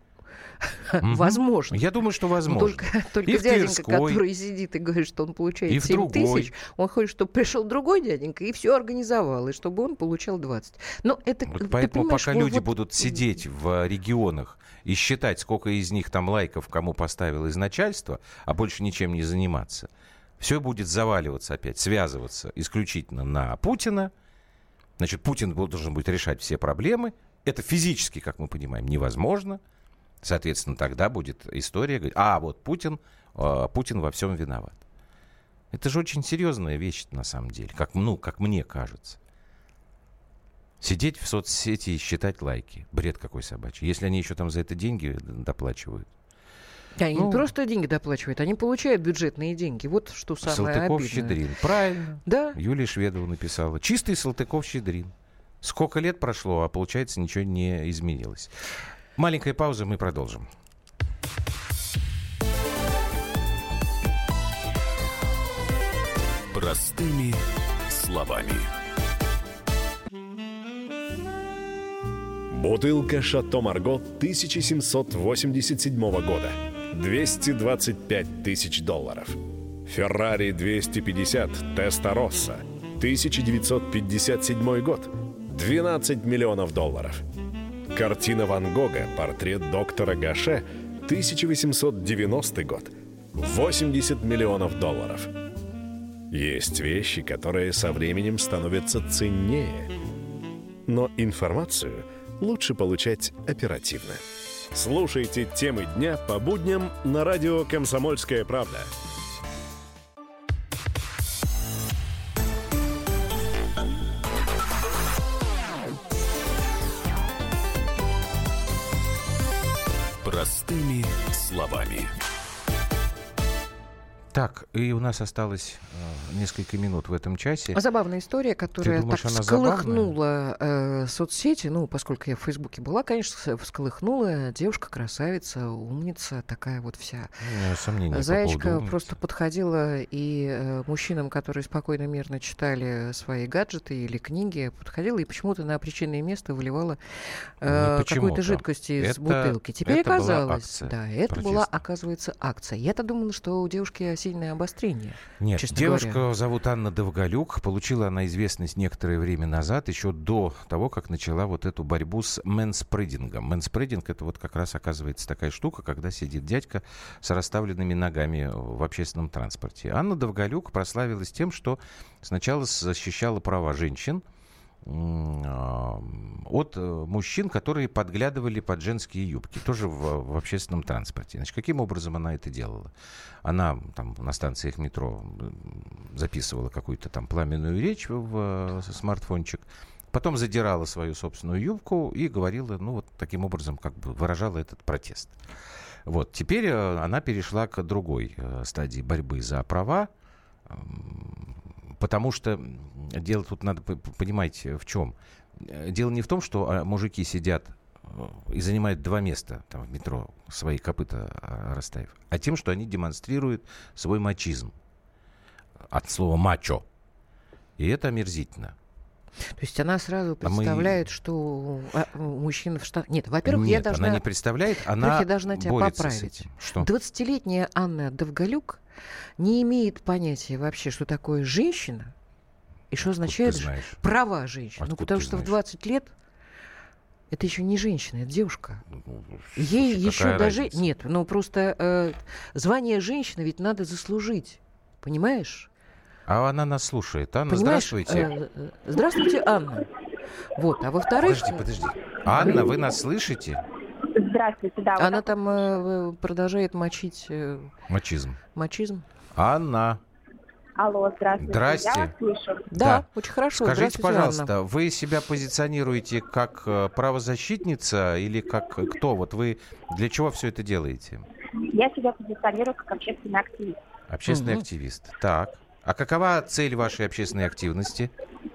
Возможно. Я думаю, что возможно. Только, только и дяденька, который сидит и говорит, что он получает семь тысяч, он хочет, чтобы пришел другой дяденька и все организовал, и чтобы он получал двадцать. Но это, вот поэтому пока вот, люди вот... будут сидеть в регионах и считать, сколько из них там лайков кому поставил из начальства, а больше ничем не заниматься, все будет заваливаться опять, связываться исключительно на Путина. Значит, Путин должен будет решать все проблемы. Это физически, как мы понимаем, невозможно. Соответственно, тогда будет история, говорит, а вот Путин, э, Путин во всем виноват. Это же очень серьезная вещь на самом деле, как, ну, как мне кажется. Сидеть в соцсети и считать лайки. Бред какой собачий. Если они еще там за это деньги доплачивают. Они ну, не просто деньги доплачивают, они получают бюджетные деньги. Вот что самое Салтыков-Щедрин. Правильно. Да. Юлия Шведова написала. Чистый Салтыков-Щедрин. Сколько лет прошло, а получается ничего не изменилось. Маленькая пауза, мы продолжим. Простыми словами. Бутылка «Шато Марго» тысяча семьсот восемьдесят седьмого года. двести двадцать пять тысяч долларов. «Феррари двести пятьдесят Теста-Росса» тысяча девятьсот пятьдесят седьмой год. двенадцать миллионов долларов. Картина Ван Гога «Портрет доктора Гаше» тысяча восемьсот девяностый год. восемьдесят миллионов долларов. Есть вещи, которые со временем становятся ценнее. Но информацию лучше получать оперативно. Слушайте темы дня по будням на радио «Комсомольская правда». Простыми словами. Так, и у нас осталось э, несколько минут в этом часе. Забавная история, которая думаешь, так она всколыхнула э, соцсети. Ну, поскольку я в Фейсбуке была, конечно, всколыхнула. Девушка красавица, умница, такая вот вся. Ну, сомнений Заячка по поводу просто подходила и э, мужчинам, которые спокойно, мирно читали свои гаджеты или книги, подходила и почему-то на причинное место выливала э, какую-то жидкость из это, бутылки. Теперь это оказалось, была да, это протестная. была, оказывается, акция. Я-то думала, что у девушки сильное обострение. Нет, честно девушка говоря. зовут Анна Довголюк. Получила она известность некоторое время назад, еще до того, как начала вот эту борьбу с мэнспредингом. Мэнспрединг — это вот как раз оказывается такая штука, когда сидит дядька с расставленными ногами в общественном транспорте. Анна Довголюк прославилась тем, что сначала защищала права женщин от мужчин, которые подглядывали под женские юбки, тоже в, в общественном транспорте. Значит, каким образом она это делала? Она там на станциях метро записывала какую-то там пламенную речь в, в смартфончик, потом задирала свою собственную юбку и говорила, ну вот таким образом как бы выражала этот протест. Вот. Теперь она перешла к другой стадии борьбы за права, потому что дело тут надо понимать в чем. Дело не в том, что мужики сидят и занимают два места там, в метро, свои копыта расставив, а тем, что они демонстрируют свой мачизм. От слова «мачо». И это омерзительно. То есть она сразу представляет, а мы... что мужчина в штанах... Нет, во-первых, Нет, я должна... она не представляет, она я должна тебя поправить. Что? двадцатилетняя Анна Довголюк не имеет понятия вообще, что такое женщина и что означает права женщины. Ну, потому что знаешь? В двадцать лет это еще не женщина, это девушка. Ей Слушай, еще даже... разница? Нет, ну просто э, звание женщины ведь надо заслужить. Понимаешь? А она нас слушает. Анна, Понимаешь, здравствуйте. Э, здравствуйте, Анна. Вот, а во-вторых... Подожди, подожди. Анна, вы нас слышите? Здравствуйте, да. Она там э, продолжает мочить... Э, Мачизм. Мачизм. Анна. Алло, здравствуйте. Здрасте. Я вас слышу. Да, да, очень хорошо. Скажите, пожалуйста, Анна. вы себя позиционируете как правозащитница или как кто? Вот вы для чего все это делаете? Я себя позиционирую как общественный активист. Общественный Угу. активист. Так. А какова цель вашей общественной активности?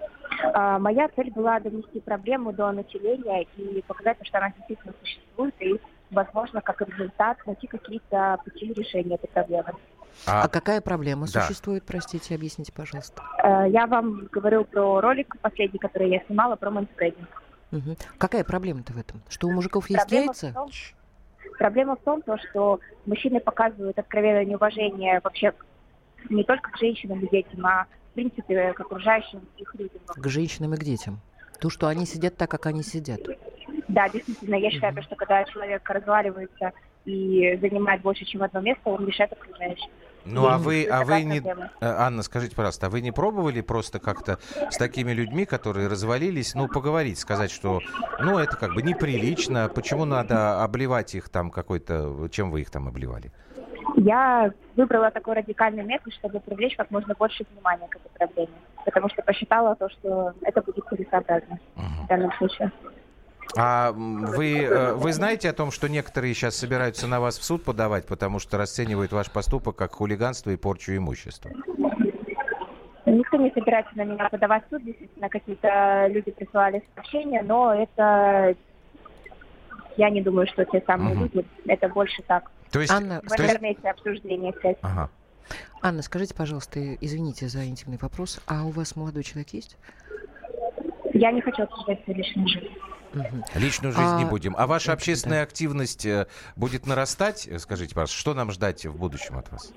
А, моя цель была донести проблему до населения и показать, что она действительно существует, и, возможно, как результат, найти какие-то пути решения этой проблемы. А, а какая проблема да. существует, простите, объясните, пожалуйста. А, я вам говорю про ролик последний, который я снимала, про мэнспрединг. Угу. Какая проблема-то в этом? Что у мужиков есть проблема яйца? В том, проблема в том, то, что мужчины показывают откровенное неуважение вообще не только к женщинам и детям, а в принципе к окружающим их людям. К женщинам и к детям. То, что они сидят так, как они сидят. Да, действительно, я считаю, mm-hmm. что когда человек разваливается и занимает больше, чем одно место, он мешает окружающим. Ну, а вы, а вы не... Анна, скажите, пожалуйста, а вы не пробовали просто как-то с такими людьми, которые развалились, ну, поговорить, сказать, что, ну, это как бы неприлично, почему надо обливать их там какой-то... Чем вы их там обливали? Я выбрала такой радикальный метод, чтобы привлечь как можно больше внимания к этой проблеме, потому что посчитала то, что это будет целесообразно uh-huh. в данном случае. А вы, вы знаете о том, что некоторые сейчас собираются на вас в суд подавать, потому что расценивают ваш поступок как хулиганство и порчу имущества? Никто не собирается на меня подавать в суд, действительно, какие-то люди присылали сообщения, но это... Я не думаю, что те самые uh-huh. люди, это больше так. То есть, в интернете обсуждение часть. Ага. Анна, скажите, пожалуйста, извините за интимный вопрос, а у вас молодой человек есть? Я не хочу обсуждать свою личную жизнь. Угу. Личную жизнь а... не будем. А ваша общественная да. активность будет нарастать? Скажите, пожалуйста, что нам ждать в будущем от вас?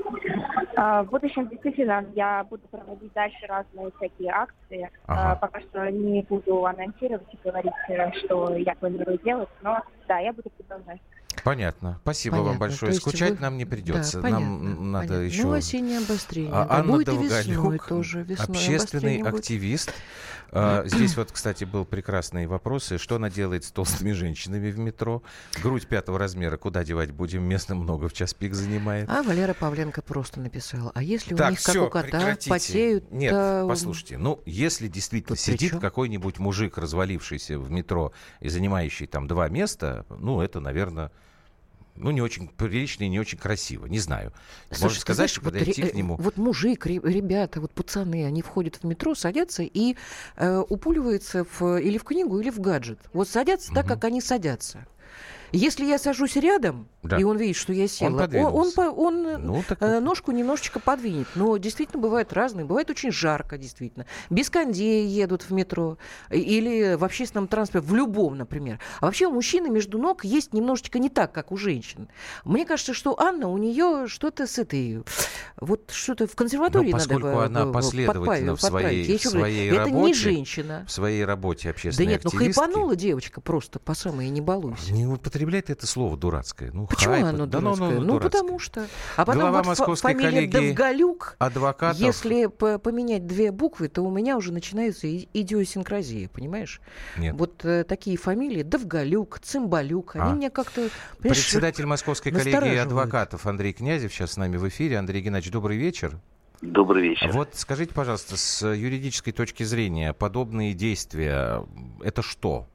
В будущем, действительно, я буду проводить дальше разные всякие акции. Ага. Пока что не буду анонсировать и говорить, что я планирую делать, но да, я буду продолжать. Понятно. Спасибо понятно. Вам большое. Скучать вы... нам не придется. Да, нам понятно, надо понятно. еще... Ну, осеннее обострение. А, да, Анна будет Довголюк, тоже, весной общественный активист. А, здесь вот, кстати, был прекрасный вопрос. Что она делает с толстыми женщинами в метро? Грудь пятого размера куда девать будем? Места много, в час пик занимает. А Валера Павленко просто написала. А если так, у них, все, как у кота, прекратите. Потеют... Нет, то... послушайте. Ну, если действительно сидит какой-нибудь мужик, развалившийся в метро и занимающий там два места, ну, это, наверное... Ну, не очень прилично и не очень красиво. Не знаю. Слушай, можно сказать, что подойти вот, к нему. Вот мужик, ребята, вот пацаны, они входят в метро, садятся и э, упуливаются в, или в книгу, или в гаджет. Вот садятся угу. так, как они садятся. Если я сажусь рядом, да. и он видит, что я села, он, он, он, ну, так... э, ножку немножечко подвинет. Но действительно бывают разные. Бывает очень жарко, действительно. Без кондея едут в метро или в общественном транспорте, в любом, например. А вообще у мужчины между ног есть немножечко не так, как у женщин. Мне кажется, что Анна, у нее что-то с этой... Вот что-то в консерватории но надо... Поскольку она последовательна в своей, в своей это работе... Это не женщина. В своей работе общественной Да нет, активистки... ну хайпанула девочка просто, по самой, не балуйся. Не употребляйте это слово дурацкое. Ну, почему хайп, оно да, дурацкое? Ну, ну, ну дурацкое. потому что. А потом Глава вот московской фамилия коллегии Довголюк, адвокатов. Если п- поменять две буквы, то у меня уже начинается и- идиосинкразия, понимаешь? Нет. Вот э, такие фамилии Довголюк, Цымбалюк, они а. мне как-то... Председатель московской коллегии адвокатов Андрей Князев сейчас с нами в эфире. Андрей Геннадьевич, добрый вечер. Добрый вечер. Вот скажите, пожалуйста, с юридической точки зрения, подобные действия, это что?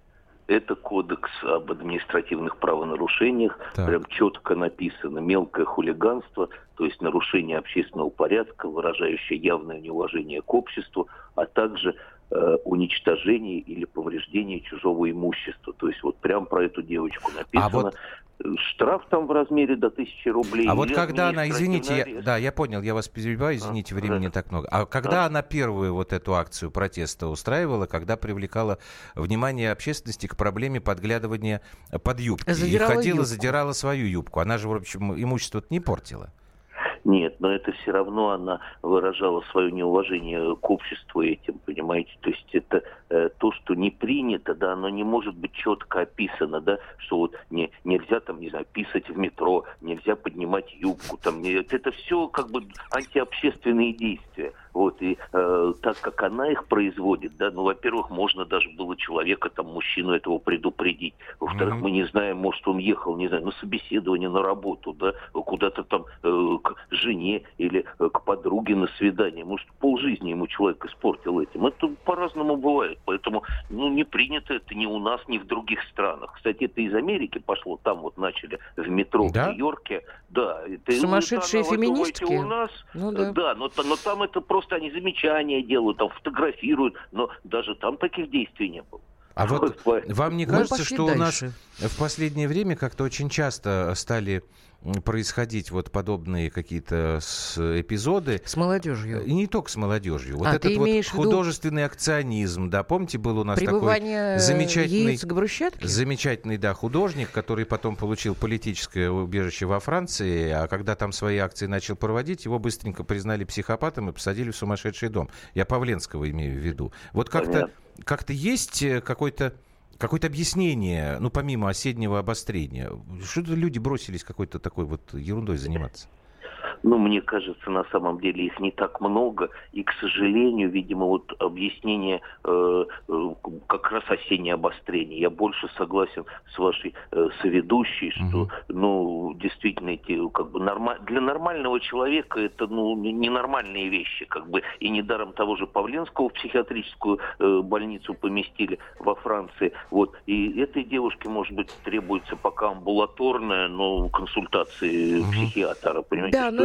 Это кодекс об административных правонарушениях. Так. Прям четко написано мелкое хулиганство, то есть нарушение общественного порядка, выражающее явное неуважение к обществу, а также э, уничтожение или повреждение чужого имущества. То есть вот прям про эту девочку написано. А вот... Штраф там в размере до тысячи рублей. А вот когда она, извините, я, да, я понял, я вас перебиваю, извините, а, времени да. не так много. А когда а? она первую вот эту акцию протеста устраивала, когда привлекала внимание общественности к проблеме подглядывания под юбки, задирала и ходила, юбку. задирала свою юбку, она же, в общем, имущество-то не портила. Нет, но это все равно она выражала свое неуважение к обществу этим, понимаете? То есть это э, то, что не принято, да, оно не может быть четко описано, да, что вот не, нельзя там, не знаю, писать в метро, нельзя поднимать юбку, там, не, это все как бы антиобщественные действия. Вот, и э, так как она их производит, да, ну, во-первых, можно даже было человека, там, мужчину этого предупредить. Во-вторых, mm-hmm. мы не знаем, может, он ехал, не знаю, на собеседование, на работу, да, куда-то там э, к жене или э, к подруге на свидание. Может, полжизни ему человек испортил этим. Это по-разному бывает. Поэтому, ну, не принято это ни у нас, ни в других странах. Кстати, это из Америки пошло. Там вот начали в метро да? в Нью-Йорке. Да. Это, сумасшедшие это, феминистки. У нас, ну, да, да но, но там это просто они замечания делают, там фотографируют, но даже там таких действий не было. А вот вам не кажется, что дальше. У нас в последнее время как-то очень часто стали происходить вот подобные какие-то эпизоды. С молодежью. И не только с молодежью. Вот а, этот вот художественный виду... акционизм, да, помните, был у нас Пребывание такой замечательный, яиц к брусчатке? замечательный, да, художник, который потом получил политическое убежище во Франции, а когда там свои акции начал проводить, его быстренько признали психопатом и посадили в сумасшедший дом. Я Павленского имею в виду. Вот как-то, как-то есть какой-то Какое-то объяснение, ну, помимо осеннего обострения, что-то люди бросились какой-то такой вот ерундой заниматься? Ну, мне кажется, на самом деле их не так много. И, к сожалению, видимо, вот объяснение э, э, как раз осеннее обострение. Я больше согласен с вашей э, соведущей, что, угу. ну, действительно, эти, как бы, норма... для нормального человека это, ну, ненормальные вещи, как бы. И недаром того же Павленского в психиатрическую э, больницу поместили во Франции. Вот. И этой девушке, может быть, требуется пока амбулаторная, но консультации угу. психиатра, понимаете? Да, но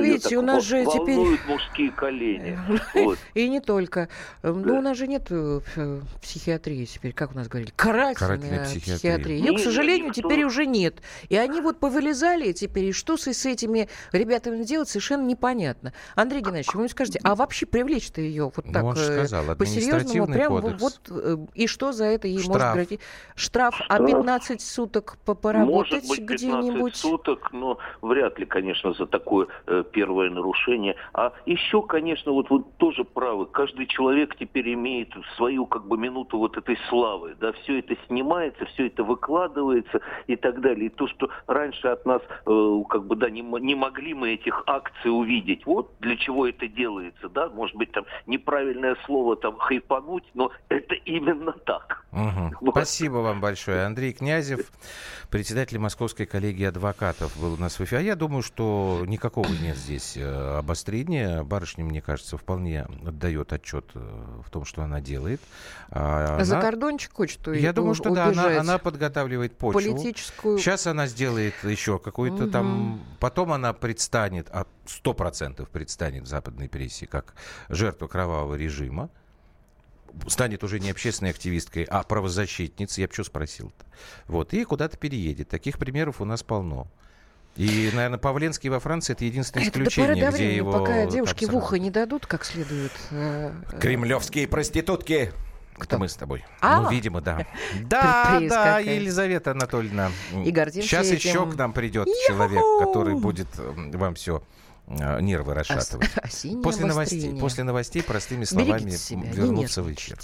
видите, у нас же теперь... волнуют мужские колени. И не только. Ну, у нас же нет психиатрии теперь, как у нас говорили, карательная психиатрия. Ее, к сожалению, теперь уже нет. И они вот повылезали теперь, и что с этими ребятами делать, совершенно непонятно. Андрей Геннадьевич, вы мне скажите, а вообще привлечь-то ее вот так по-серьезному, прям вот, и что за это ей может грозить? Штраф, а пятнадцать суток поработать может быть, где-нибудь? пятнадцать суток, но вряд ли, конечно, за такое э, первое нарушение. А еще, конечно, вот вы тоже правы, каждый человек теперь имеет свою как бы минуту вот этой славы, да, все это снимается, все это выкладывается и так далее. И то, что раньше от нас э, как бы, да, не, не могли мы этих акций увидеть, вот для чего это делается, да, может быть, там неправильное слово там хайпануть, но это именно так. Угу. Вот. Спасибо вам большое. Андрей Князев, председатель Московской коллегии адвокатов, был у нас в эфире. А я думаю, что никакого нет здесь обострения. Барышня, мне кажется, вполне отдает отчет в том, что она делает. А За она... кордончик хочет у- Я думаю, что да, она, она подготавливает почву. Политическую. Сейчас она сделает еще какой-то угу. там... Потом она предстанет, а сто процентов предстанет в западной прессе, как жертва кровавого режима. Станет уже не общественной активисткой, а правозащитницей. Я бы что спросил-то? Вот. И куда-то переедет. Таких примеров у нас полно. И, наверное, Павленский во Франции — это единственное исключение, это где его... пока девушки в ухо не дадут как следует. Кремлевские проститутки. Кто? Это мы с тобой. А? Ну, видимо, да. Да, да, Елизавета Анатольевна. И гордимся Сейчас этим. еще к нам придет человек, который будет вам все... нервы расшатывать. Осеннее после обострение. новостей, после новостей простыми словами вернуться в эфир.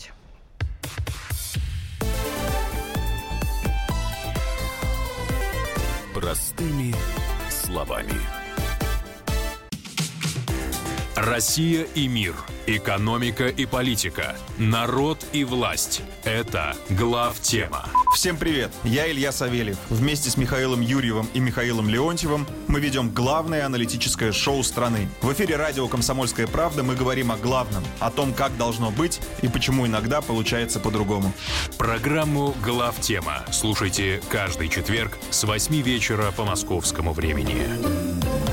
Простыми словами. Россия и мир. Экономика и политика. Народ и власть. Это главтема. Всем привет, я Илья Савельев. Вместе с Михаилом Юрьевым и Михаилом Леонтьевым мы ведем главное аналитическое шоу страны. В эфире радио «Комсомольская правда» мы говорим о главном, о том, как должно быть и почему иногда получается по-другому. Программу «Главтема» слушайте каждый четверг с восьми вечера по московскому времени.